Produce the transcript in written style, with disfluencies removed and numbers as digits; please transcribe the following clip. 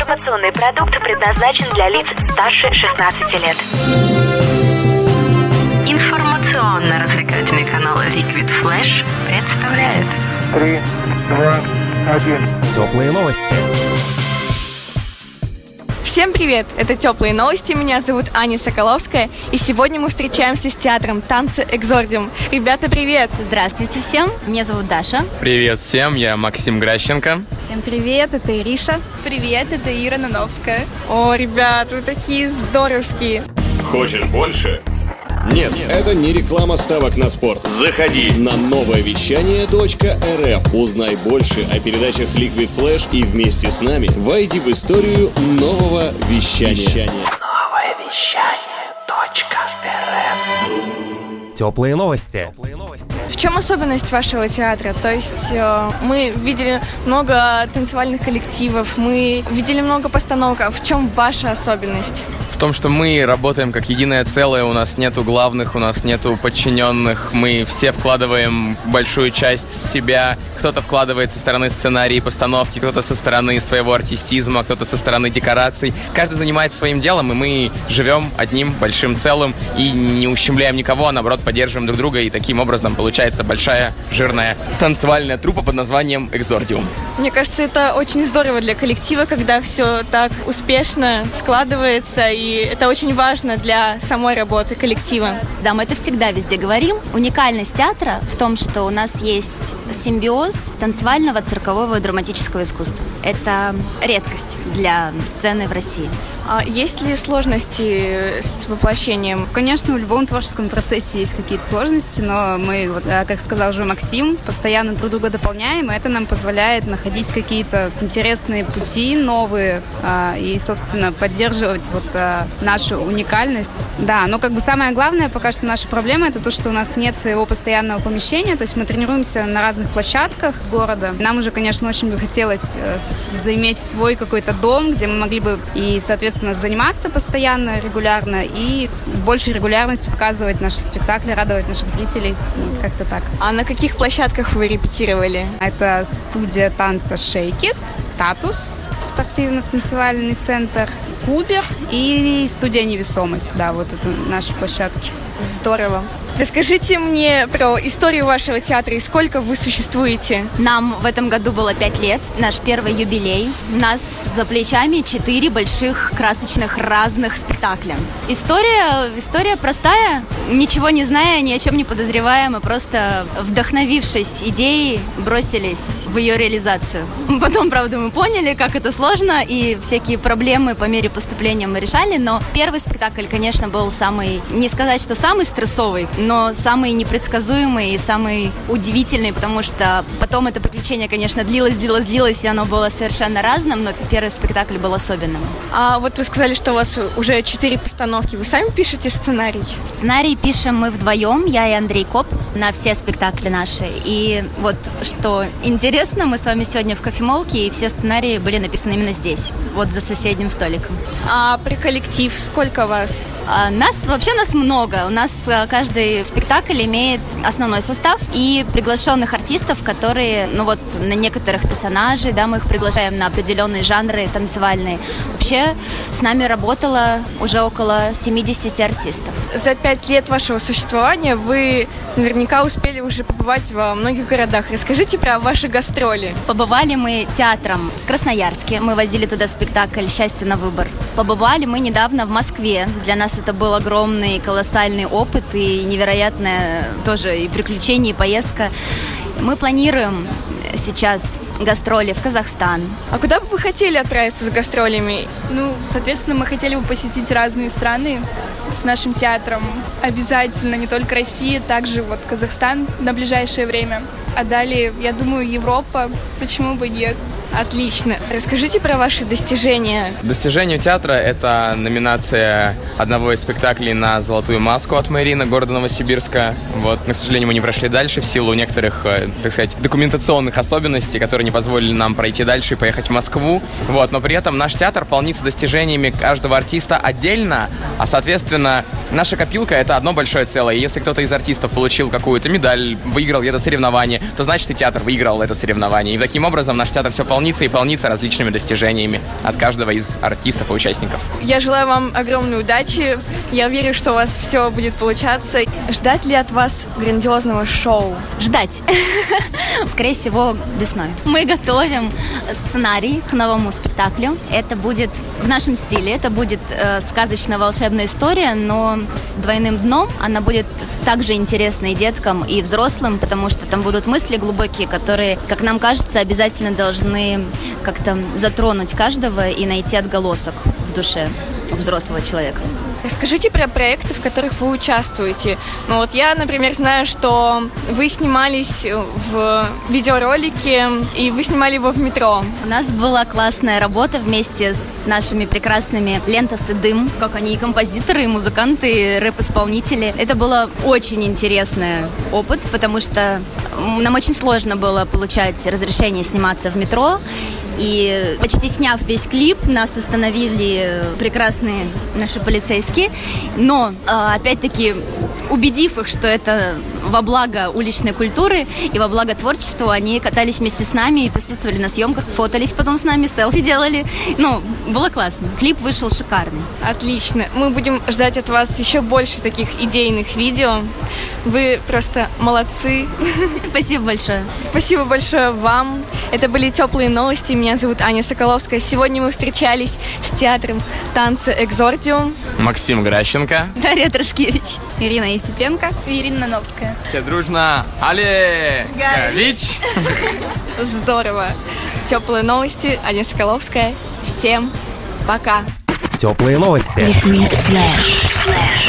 Информационный продукт предназначен для лиц старше 16 лет. Информационно-развлекательный канал Liquid Flash представляет 3, 2, 1. Теплые новости. Всем привет! Это «Теплые новости». Меня зовут Аня Соколовская. И сегодня мы встречаемся с театром танца «Экзордиум». Ребята, привет! Здравствуйте всем! Меня зовут Даша. Привет всем, я Максим Гращенко. Всем привет, это Ириша. Привет, это Ира Нановская. О, ребят, вы такие здоровские! Хочешь больше? Нет, это не реклама ставок на спорт. Заходи на нововещание.рф. Узнай больше о передачах Liquid Flash и вместе с нами войди в историю нового вещания. Нововещание.рф. Теплые новости. В чем особенность вашего театра? То есть мы видели много танцевальных коллективов, мы видели много постановок. А в чем ваша особенность? В том, что мы работаем как единое целое, у нас нету главных, у нас нету подчиненных, мы все вкладываем большую часть себя, кто-то вкладывает со стороны сценария и постановки, кто-то со стороны своего артистизма, кто-то со стороны декораций. Каждый занимается своим делом, и мы живем одним большим целым и не ущемляем никого, а наоборот поддерживаем друг друга, и таким образом получается большая, жирная танцевальная труппа под названием «Экзордиум». Мне кажется, это очень здорово для коллектива, когда все так успешно складывается, и это очень важно для самой работы коллектива. Да, мы это всегда везде говорим. Уникальность театра в том, что у нас есть симбиоз танцевального, циркового и драматического искусства. Это редкость для сцены в России. А есть ли сложности с воплощением? Конечно, в любом творческом процессе есть какие-то сложности, но мы, как сказал уже Максим, постоянно друг друга дополняем, и это нам позволяет находить какие-то интересные пути, новые, и, собственно, поддерживать нашу уникальность. Да, но самое главное, пока что наша проблема, это то, что у нас нет своего постоянного помещения, то есть мы тренируемся на разных площадках города. Нам уже, конечно, очень бы хотелось заиметь свой какой-то дом, где мы могли бы и, соответственно, заниматься постоянно, регулярно и с большей регулярностью показывать наши спектакли, радовать наших зрителей. Как-то так. А на каких площадках вы репетировали? Это студия танца Shake It, Статус, спортивно-танцевальный центр, Кубер и студия Невесомость. Да, вот это наши площадки. Здорово. Расскажите мне про историю вашего театра и сколько вы существуете. Нам в этом году было 5 лет, наш первый юбилей. У нас за плечами 4 больших, красочных, разных спектакля. История простая. Ничего не зная, ни о чем не подозревая, мы просто, вдохновившись идеей, бросились в ее реализацию. Потом, правда, мы поняли, как это сложно, и всякие проблемы по мере поступления мы решали, но первый спектакль, конечно, был самый, не сказать, что самый стрессовый, но самый непредсказуемый и самый удивительный, потому что потом это приключение, конечно, длилось, и оно было совершенно разным, но первый спектакль был особенным. А вот вы сказали, что у вас уже 4 постановки. Вы сами пишете сценарий? Сценарий пишем мы вдвоем, я и Андрей Коп, на все спектакли наши. И вот что интересно, мы с вами сегодня в кофемолке, и все сценарии были написаны именно здесь, вот за соседним столиком. А при коллектив сколько вас? Нас много. У нас каждый спектакль имеет основной состав и приглашенных артистов, которые, на некоторых персонажей, да, мы их приглашаем на определенные жанры танцевальные. Вообще с нами работало уже около 70 артистов. За 5 лет вашего существования вы наверняка успели уже побывать во многих городах. Расскажите про ваши гастроли. Побывали мы театром в Красноярске. Мы возили туда спектакль «Счастье на выбор». Побывали мы недавно в Москве. Для нас это был огромный, колоссальный опыт и невероятное тоже и приключение, и поездка. Мы планируем сейчас гастроли в Казахстан. А куда бы вы хотели отправиться с гастролями? Соответственно, мы хотели бы посетить разные страны с нашим театром. Обязательно не только Россия, также Казахстан на ближайшее время. А далее, я думаю, Европа. Почему бы нет? Отлично. Расскажите про ваши достижения. Достижение театра – это номинация одного из спектаклей на «Золотую маску» от Марины, города Новосибирска. Но, к сожалению, мы не прошли дальше в силу некоторых, документационных особенностей, которые не позволили нам пройти дальше и поехать в Москву. Но при этом наш театр полнится достижениями каждого артиста отдельно, а, соответственно, наша копилка – это одно большое целое. И если кто-то из артистов получил какую-то медаль, выиграл это соревнование, то значит и театр выиграл это соревнование. И таким образом наш театр все полнится полнится и полнится различными достижениями от каждого из артистов и участников. Я желаю вам огромной удачи. Я верю, что у вас все будет получаться. Ждать ли от вас грандиозного шоу? Ждать. Скорее всего, весной. Мы готовим сценарий к новому спектаклю. Это будет в нашем стиле. Это будет сказочно-волшебная история, но с двойным дном. Она будет также интересна и деткам, и взрослым, потому что там будут мысли глубокие, которые, как нам кажется, обязательно должны как-то затронуть каждого и найти отголосок в душе взрослого человека. Расскажите про проекты, в которых вы участвуете. Ну вот я, например, знаю, что вы снимались в видеоролике, и вы снимали его в метро. У нас была классная работа вместе с нашими прекрасными Лентос и Дым, как они и композиторы, и музыканты, и рэп-исполнители. Это был очень интересный опыт, потому что нам очень сложно было получать разрешение сниматься в метро. И почти сняв весь клип, нас остановили прекрасные наши полицейские. Но, опять-таки, убедив их, что это во благо уличной культуры и во благо творчеству, они катались вместе с нами и присутствовали на съемках, фотались потом с нами, селфи делали. Ну, было классно. Клип вышел шикарный. Отлично. Мы будем ждать от вас еще больше таких идейных видео. Вы просто молодцы. Спасибо большое. Спасибо большое вам. Это были теплые новости. Меня зовут Аня Соколовская. Сегодня мы встречались с театром танца «Экзордиум». Максим Гращенко. Дарья Трошкевич. Ирина Есипенко. И Ирина Нановская. Все дружно. Алле-га-вич. Здорово. Теплые новости. Аня Соколовская. Всем пока. Теплые новости. Liquid Flash.